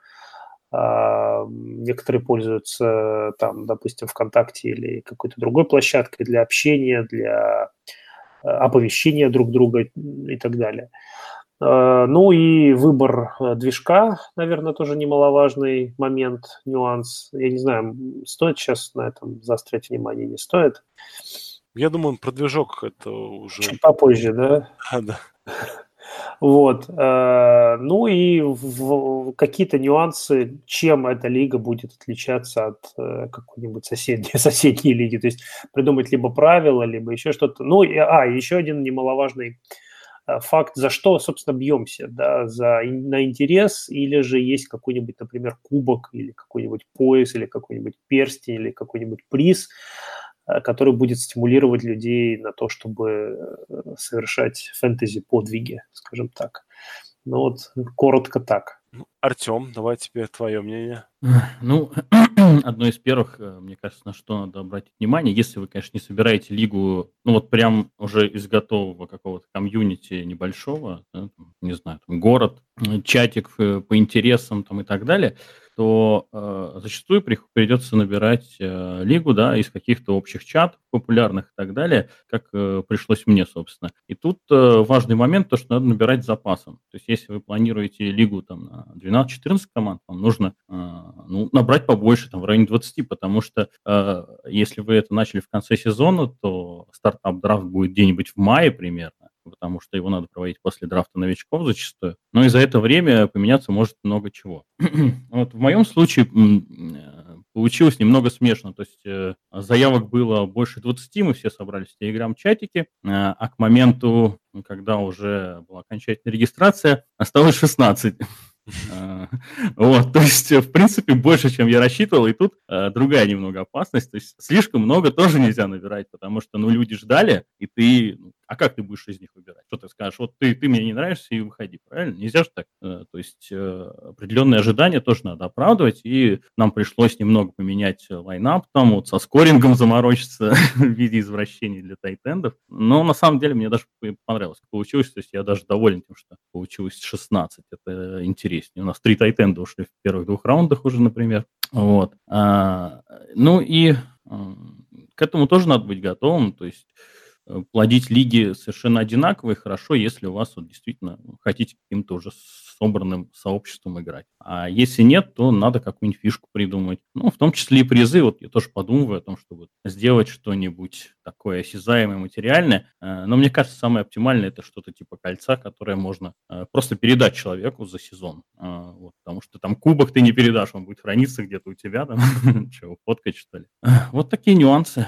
Некоторые пользуются, там, допустим, ВКонтакте или какой-то другой площадкой для общения, для оповещения друг друга и так далее. Ну и выбор движка, наверное, тоже немаловажный момент, нюанс. Я не знаю, стоит сейчас на этом заострять внимание, не стоит? Я думаю, про движок это уже... Чуть попозже, да? Да. Вот. Ну и какие-то нюансы, чем эта лига будет отличаться от какой-нибудь соседней лиги. То есть придумать либо правила, либо еще что-то. Ну, еще один немаловажный факт, за что, собственно, бьемся, да, на интерес, или же есть какой-нибудь, например, кубок, или какой-нибудь пояс, или какой-нибудь перстень, или какой-нибудь приз, который будет стимулировать людей на то, чтобы совершать фэнтези-подвиги, скажем так. Ну вот, коротко так. Артем, давай теперь твое мнение. Ну, одно из первых, мне кажется, на что надо обратить внимание, если вы, конечно, не собираете лигу, ну вот прям уже из готового какого-то комьюнити небольшого, да, там, не знаю, там, город, чатик по интересам там, и так далее, то зачастую придется набирать лигу, да, из каких-то общих чатов популярных и так далее, как пришлось мне, собственно. И тут важный момент, то, что надо набирать запасом. То есть если вы планируете лигу там на 12-14 команд, вам нужно набрать побольше, там, в районе 20, потому что если вы это начали в конце сезона, то стартап-драфт будет где-нибудь в мае примерно, потому что его надо проводить после драфта новичков зачастую. Но и за это время поменяться может много чего. Вот в моем случае получилось немного смешно. То есть заявок было больше 20, мы все собрались в телеграм-чатике, а к моменту, когда уже была окончательная регистрация, осталось 16. Вот, то есть, в принципе, больше, чем я рассчитывал, и тут другая немного опасность, то есть слишком много тоже нельзя набирать, потому что, люди ждали, и ты, а как ты будешь из них выбирать? Что ты скажешь, вот ты мне не нравишься и выходи, правильно? Нельзя же так. То есть определенные ожидания тоже надо оправдывать, и нам пришлось немного поменять лайнап, там вот со скорингом заморочиться в виде извращений для тайтендов, но на самом деле мне даже понравилось, как получилось, то есть я даже доволен тем, что получилось 16, это интереснее. У нас 3 тайтенда ушли в первых 2 раундах уже, например. Вот. Ну и к этому тоже надо быть готовым, то есть плодить лиги совершенно одинаковые хорошо, если у вас вот действительно хотите каким-то уже собранным сообществом играть. А если нет, то надо какую-нибудь фишку придумать. Ну, в том числе и призы. Вот я тоже подумываю о том, чтобы сделать что-нибудь такое осязаемое, материальное. Но мне кажется, самое оптимальное это что-то типа кольца, которое можно просто передать человеку за сезон. Вот, потому что там кубок ты не передашь, он будет храниться где-то у тебя, там, чего, фоткать, что ли. Вот такие нюансы,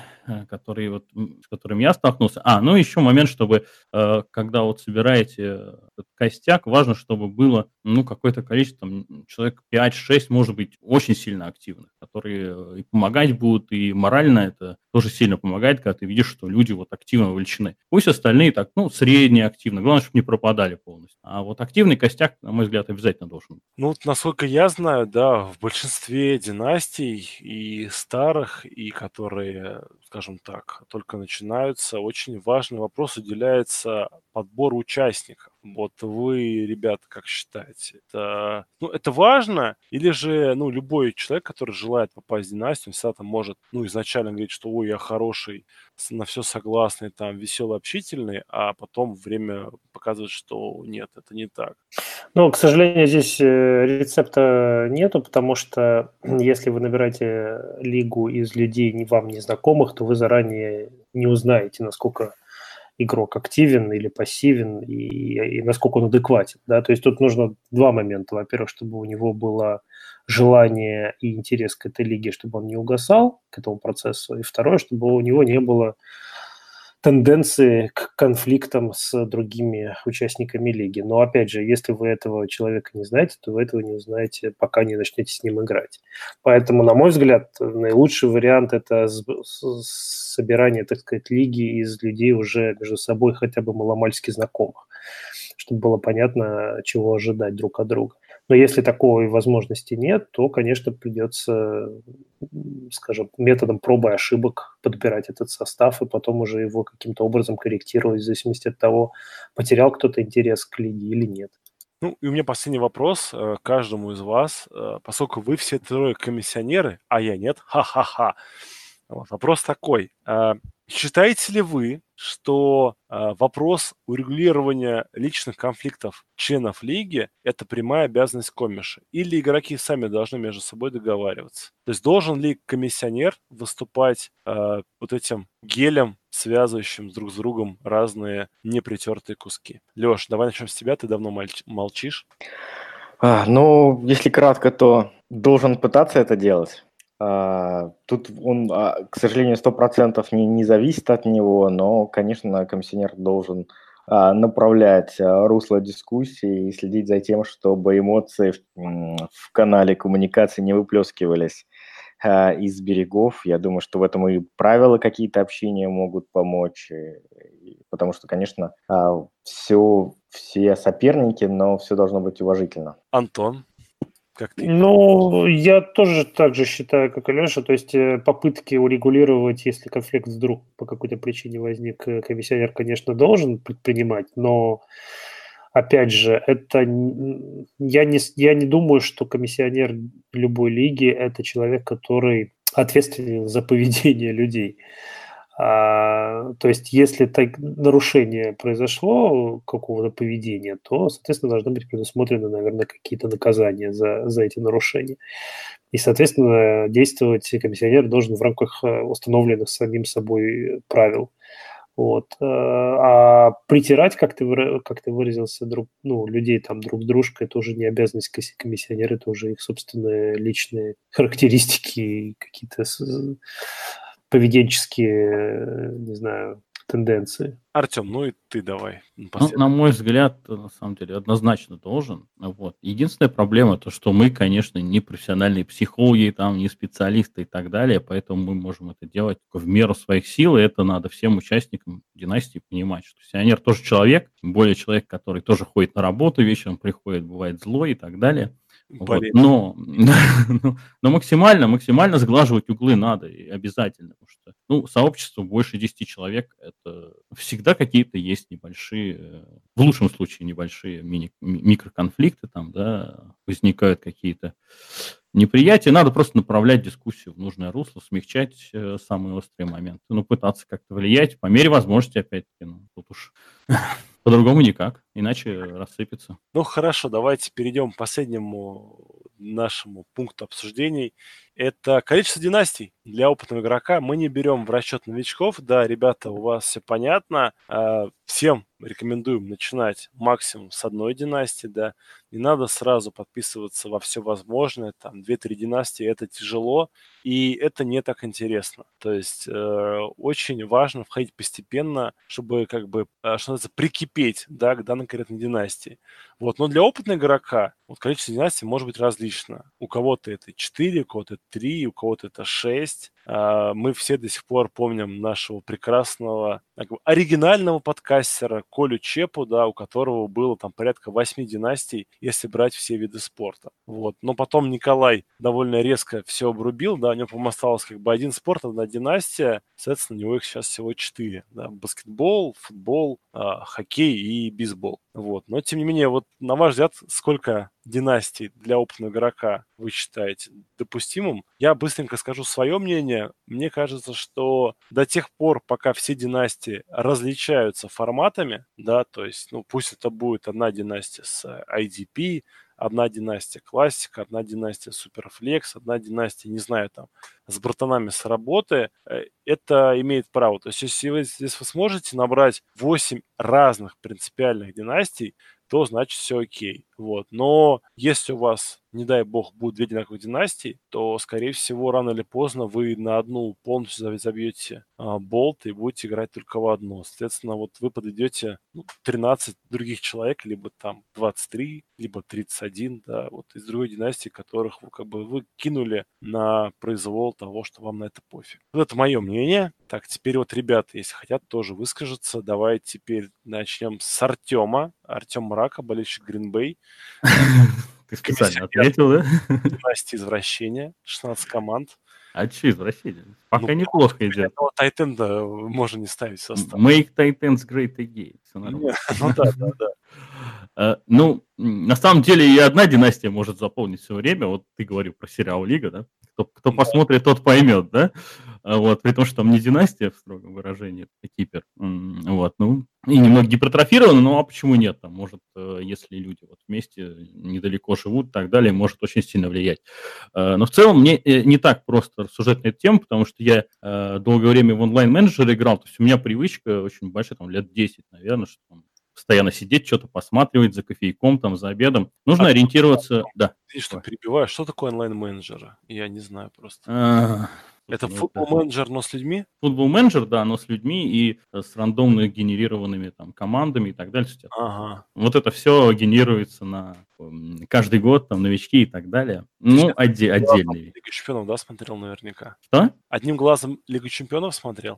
с которыми я столкнулся. Ну еще момент, чтобы когда вот собираете этот костяк, важно, чтобы было какое-то количество, там, человек 5-6, может быть, очень сильно активных, которые и помогать будут, и морально это тоже сильно помогает, когда ты видишь, что люди вот активно вовлечены. Пусть остальные так, средне активно, главное, чтобы не пропадали полностью. А вот активный костяк, на мой взгляд, обязательно должен быть. Ну, насколько я знаю, да, в большинстве династий и старых, и которые, скажем так, только начинаются, очень важный вопрос уделяется подбору участников. Вот вы, ребята, как считаете? Это важно? Или же, любой человек, который желает попасть в династию, он всегда там может, изначально говорить, что, ой, я хороший, на все согласный, там, веселый, общительный, а потом время показывает, что нет, это не так. К сожалению, здесь рецепта нету, потому что если вы набираете лигу из людей вам незнакомых, то вы заранее не узнаете, насколько игрок активен или пассивен, и насколько он адекватен. Да? То есть тут нужно два момента. Во-первых, чтобы у него было желание и интерес к этой лиге, чтобы он не угасал к этому процессу. И второе, чтобы у него не было тенденции к конфликтам с другими участниками лиги. Но, опять же, если вы этого человека не знаете, то вы этого не узнаете, пока не начнете с ним играть. Поэтому, на мой взгляд, наилучший вариант – это собирание, так сказать, лиги из людей уже между собой хотя бы маломальски знакомых, чтобы было понятно, чего ожидать друг от друга. Но если такой возможности нет, то, конечно, придется, скажем, методом проб и ошибок подбирать этот состав и потом уже его каким-то образом корректировать в зависимости от того, потерял кто-то интерес к лиге или нет. Ну, и у меня последний вопрос к каждому из вас. Поскольку вы все трое комиссионеры, а я нет, ха-ха-ха. Вот, вопрос такой. Считаете ли вы, что вопрос урегулирования личных конфликтов членов лиги – это прямая обязанность комиша? Или игроки сами должны между собой договариваться? То есть должен ли комиссионер выступать вот этим гелем, связывающим друг с другом разные непритертые куски? Леш, давай начнем с тебя, ты давно молчишь. Ну, если кратко, то должен пытаться это делать. Тут он, к сожалению, 100% не зависит от него, но, конечно, комиссионер должен направлять русло дискуссии и следить за тем, чтобы эмоции в канале коммуникации не выплескивались из берегов. Я думаю, что в этом и правила какие-то общения могут помочь, потому что, конечно, все соперники, но все должно быть уважительно. Антон, как ты? Ну, я тоже так же считаю, как и Леша. То есть попытки урегулировать, если конфликт вдруг по какой-то причине возник, комиссионер, конечно, должен предпринимать, но, опять же, это я не думаю, что комиссионер любой лиги – это человек, который ответственен за поведение людей. То есть, если нарушение произошло какого-то поведения, то, соответственно, должны быть предусмотрены, наверное, какие-то наказания за эти нарушения. И, соответственно, действовать комиссионер должен в рамках установленных самим собой правил. Вот. А притирать, как ты выразился, людей там друг с дружкой, это уже не обязанность комиссионера, это уже их собственные личные характеристики, какие-то поведенческие, не знаю, тенденции. Артем, ну и ты давай. Ну, на мой взгляд, на самом деле, однозначно должен. Вот. Единственная проблема, то, что мы, конечно, не профессиональные психологи, там, не специалисты и так далее, поэтому мы можем это делать в меру своих сил, и это надо всем участникам династии понимать, что пенсионер тоже человек, тем более человек, который тоже ходит на работу, вечером приходит, бывает злой и так далее. Вот. Но максимально сглаживать углы надо и обязательно, потому что сообщество больше 10 человек, это всегда какие-то есть небольшие, в лучшем случае небольшие микроконфликты, там, да, возникают какие-то неприятия. Надо просто направлять дискуссию в нужное русло, смягчать самые острые моменты, пытаться как-то влиять по мере возможности, опять-таки, тут уж... По-другому никак, иначе рассыпется. Ну хорошо, давайте перейдем к последнему нашему пункту обсуждений. Это количество династий для опытного игрока. Мы не берем в расчет новичков. Да, ребята, у вас все понятно. Всем рекомендуем начинать максимум с одной династии, да. Не надо сразу подписываться во все возможное. Там 2-3 династии – это тяжело, и это не так интересно. То есть очень важно входить постепенно, чтобы что называется, прикипеть, да, к данной конкретной династии. Вот. Но для опытного игрока количество династий может быть различно. У кого-то это 4, у кого-то 3, у кого-то это 6. Мы все до сих пор помним нашего прекрасного, оригинального подкастера Колю Чепу, да, у которого было там порядка 8 династий, если брать все виды спорта. Вот. Но потом Николай довольно резко все обрубил, да, у него, по-моему, осталось один спорт, одна династия, соответственно, у него их сейчас всего 4. Да, баскетбол, футбол, хоккей и бейсбол. Вот. Но, тем не менее, на ваш взгляд, сколько династий для опытного игрока вы считаете допустимым? Я быстренько скажу свое мнение. Мне кажется, что до тех пор, пока все династии различаются форматами, да, то есть, пусть это будет одна династия с IDP, одна династия классика, одна династия суперфлекс, одна династия, не знаю, там, с братанами с работы, это имеет право. То есть если вы сможете набрать 8 разных принципиальных династий, то значит все окей. Вот. Но если у вас, не дай бог, будет 2 одинаковых династии, то, скорее всего, рано или поздно вы на одну полностью забьете болт и будете играть только в одну. Соответственно, вот вы подведете 13 других человек, либо там 23, либо 31, да, вот из другой династии, которых вы кинули на произвол того, что вам на это пофиг. Вот это мое мнение. Так, теперь вот ребята, если хотят, тоже выскажутся. Давайте теперь начнем с Артема. Артем Мрака, болельщик Грин-Бэй. Ты специально ответил, да? Династия извращения, 16 команд. А что извращение? Пока неплохо идет. Одного тайтенда можно не ставить в состав. Make Titans great again. Все нормально. Ну да. Ну, на самом деле и одна династия может заполнить все время. Вот ты говорил про сериал «Лига», да? Кто посмотрит, тот поймет, да? Вот, при том, что там не династия в строгом выражении, это кипер. Вот, ну, и немного гипертрофировано, ну, а почему нет? Там, может, если люди вот вместе недалеко живут и так далее, может очень сильно влиять. Но в целом мне не так просто рассуждать на эту тему, потому что я долгое время в онлайн-менеджер играл, то есть у меня привычка очень большая, там, лет 10, наверное, что там постоянно сидеть, что-то посматривать за кофейком, там, за обедом. Нужно ориентироваться... Да. Ты что, перебиваешь? Что такое онлайн-менеджеры? Я не знаю просто. Это футбол-менеджер, но с людьми? Футбол-менеджер, да, но с людьми и с рандомно генерированными там командами и так далее. Ага. Вот это все генерируется на каждый год, там, новички и так далее. Ну, отдельные. Лигу чемпионов, да, смотрел наверняка? Что? Одним глазом Лигу чемпионов смотрел?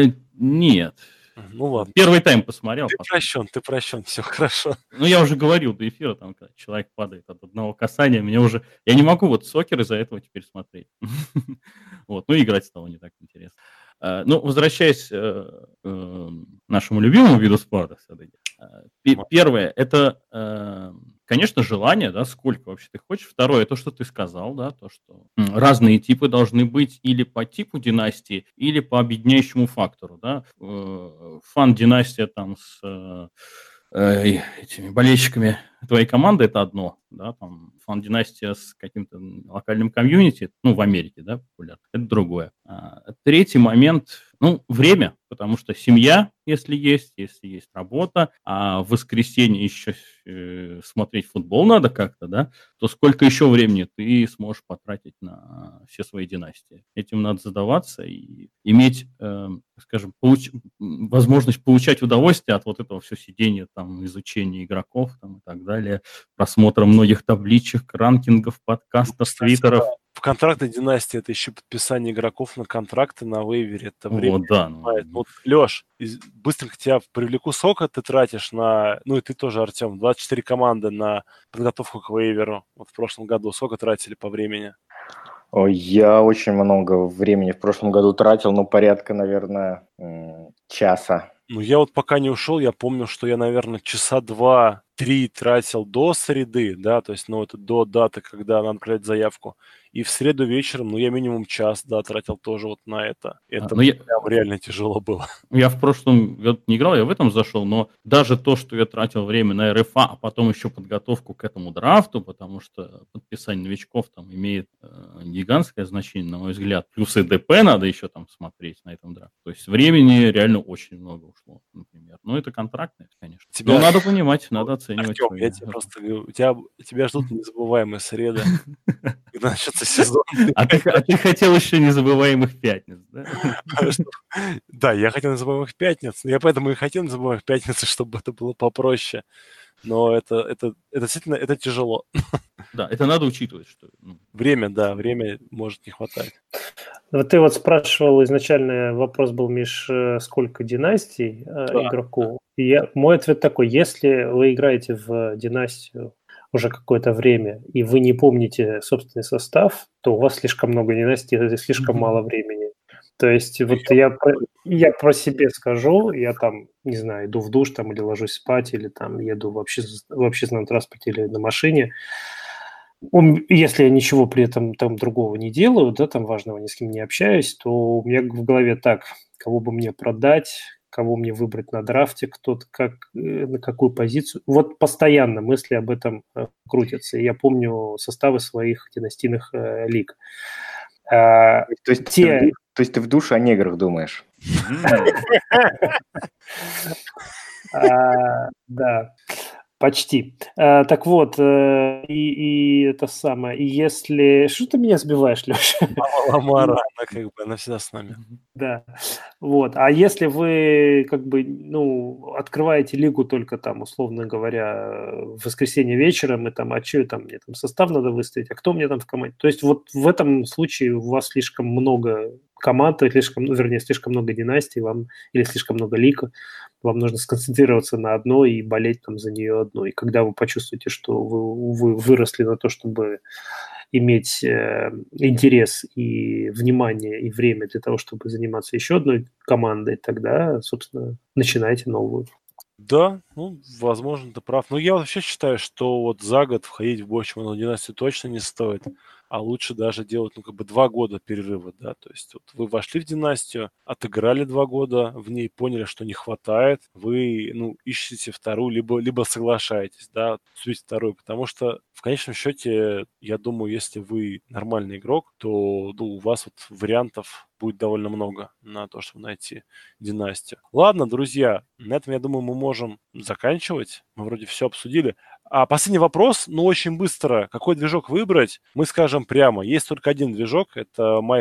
Нет. Ну ладно. Первый тайм посмотрел. Ты прощен, все хорошо. Ну, я уже говорил до эфира, там, когда человек падает от одного касания, мне уже... Я не могу вот сокер из-за этого теперь смотреть. Вот, ну, играть стало не так интересно. Ну, возвращаясь к нашему любимому виду спорта, первое, это, конечно, желание, да, сколько вообще ты хочешь. Второе, то, что ты сказал, да, то, что разные типы должны быть или по типу династии, или по объединяющему фактору, да. Фан-династия там с этими болельщиками твоей команды — это одно, да, там фан-династия с каким-то локальным комьюнити, ну, в Америке, да, популярно, это другое. Третий момент, ну, время, потому что семья, если есть работа, а в воскресенье еще смотреть футбол надо как-то, да, то сколько еще времени ты сможешь потратить на все свои династии? Этим надо задаваться и иметь, скажем, возможность получать удовольствие от вот этого все сидения, там, изучения игроков, там, и так далее, просмотра многих табличек, ранкингов, подкастов, твиттеров. В контрактной династии это еще подписание игроков на контракты на вейвере. Это время. Вот, да. Вот, Леш, быстренько тебя привлеку. Сколько ты тратишь на... Ну и ты тоже, Артем, 24 команды на подготовку к вейверу. Вот в прошлом году сколько тратили по времени? Я очень много времени в прошлом году тратил, ну, порядка, наверное, часа. Ну, я вот пока не ушел, я помню, что я, наверное, часа 2-3 тратил до среды, да, то есть, ну, это до даты, когда надо отправлять заявку. И в среду вечером, ну, я минимум час, да, тратил тоже вот на это. Это прям реально тяжело было. Я в прошлом году не играл, я в этом зашел, но даже то, что я тратил время на РФА, а потом еще подготовку к этому драфту, потому что подписание новичков там имеет гигантское значение, на мой взгляд. Плюс и ДП надо еще там смотреть на этом драфте. То есть времени реально очень много ушло, например. Но это контрактное, конечно. Но надо понимать, надо оценивать. Артем, я тебе просто говорю, тебя ждут незабываемые среды. Когда начнется сезон. А ты хотел еще незабываемых пятниц, да? Да, я хотел незабываемых пятниц. Я поэтому и хотел незабываемых пятниц, чтобы это было попроще. Но это действительно, это тяжело. Да, это надо учитывать, что... Время может не хватать. Вот ты вот спрашивал, изначально вопрос был, Миш, сколько династий игроков. Мой ответ такой: если вы играете в династию уже какое-то время, и вы не помните собственный состав, то у вас слишком много династий, слишком мало времени. То есть вот я про себя скажу, я там, не знаю, иду в душ там или ложусь спать, или там еду в общественном транспорте или на машине. Если я ничего при этом там другого не делаю, да, там важного, ни с кем не общаюсь, то у меня в голове так: кого бы мне продать, кого мне выбрать на драфте, на какую позицию. Вот постоянно мысли об этом крутятся. Я помню составы своих династийных лиг. То есть ты в душе о неграх думаешь? Да. Почти. Так вот, и это самое, и если... Что ты меня сбиваешь, Леша? Ламара, она всегда с нами. Да, вот. А если вы, открываете лигу только там, условно говоря, в воскресенье вечером, и там, а что там, мне там состав надо выставить, а кто мне там в команде? То есть вот в этом случае у вас слишком много команд, слишком много династий, или слишком много лиг, вам нужно сконцентрироваться на одной и болеть там за нее одной. И когда вы почувствуете, что вы выросли на то, чтобы иметь интерес и внимание, и время для того, чтобы заниматься еще одной командой, тогда, собственно, начинайте новую. Да, возможно, ты прав. Но я вообще считаю, что вот за год входить в бой чемпионов династии точно не стоит, а лучше даже делать, 2 года перерыва, да, то есть вот вы вошли в династию, отыграли 2 года в ней, поняли, что не хватает, вы, ищете вторую, либо соглашаетесь, да, судить вторую, потому что в конечном счете, я думаю, если вы нормальный игрок, то у вас вот вариантов будет довольно много на то, чтобы найти династию. Ладно, друзья, на этом, я думаю, мы можем заканчивать. Мы вроде все обсудили. А последний вопрос, очень быстро. Какой движок выбрать? Мы скажем прямо. Есть только один движок. Это My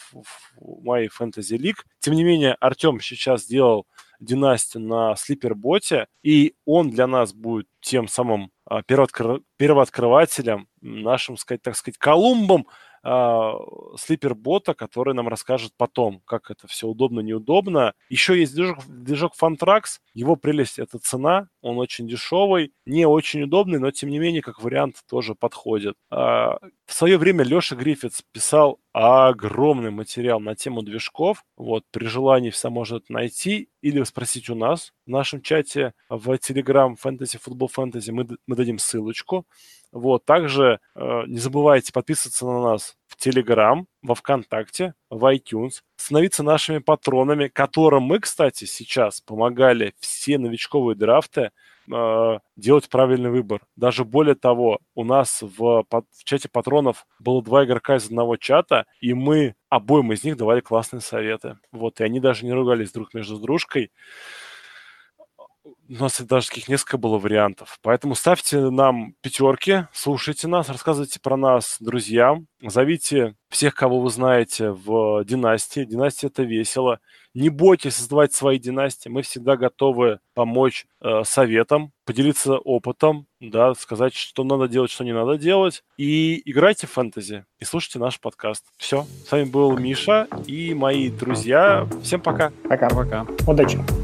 Fantasy League. Тем не менее, Артем сейчас сделал династию на слипер-боте, и он для нас будет тем самым первооткрывателем, нашим, так сказать, Колумбом слипер-бота, который нам расскажет потом, как это все удобно, неудобно. Еще есть движок Fantrax. Его прелесть — это цена. Он очень дешевый, не очень удобный, но, тем не менее, как вариант тоже подходит. В свое время Леша Гриффитс писал огромный материал на тему движков. Вот, при желании все может найти или спросить у нас в нашем чате в Telegram Fantasy Football Fantasy. Мы дадим ссылочку. Вот, также не забывайте подписываться на нас в Telegram, во ВКонтакте, в iTunes, становиться нашими патронами, которым мы, кстати, сейчас помогали все новичковые драфты делать правильный выбор. Даже более того, у нас в чате патронов было 2 игрока из одного чата, и мы обоим из них давали классные советы. Вот, и они даже не ругались друг между дружкой. У нас даже таких несколько было вариантов. Поэтому ставьте нам 5, слушайте нас, рассказывайте про нас друзьям, зовите всех, кого вы знаете, в династии. Династия — это весело. Не бойтесь создавать свои династии. Мы всегда готовы помочь советам, поделиться опытом, да, сказать, что надо делать, что не надо делать. И играйте в фэнтези, и слушайте наш подкаст. Все. С вами был Миша и мои друзья. Всем пока. Пока-пока. Удачи.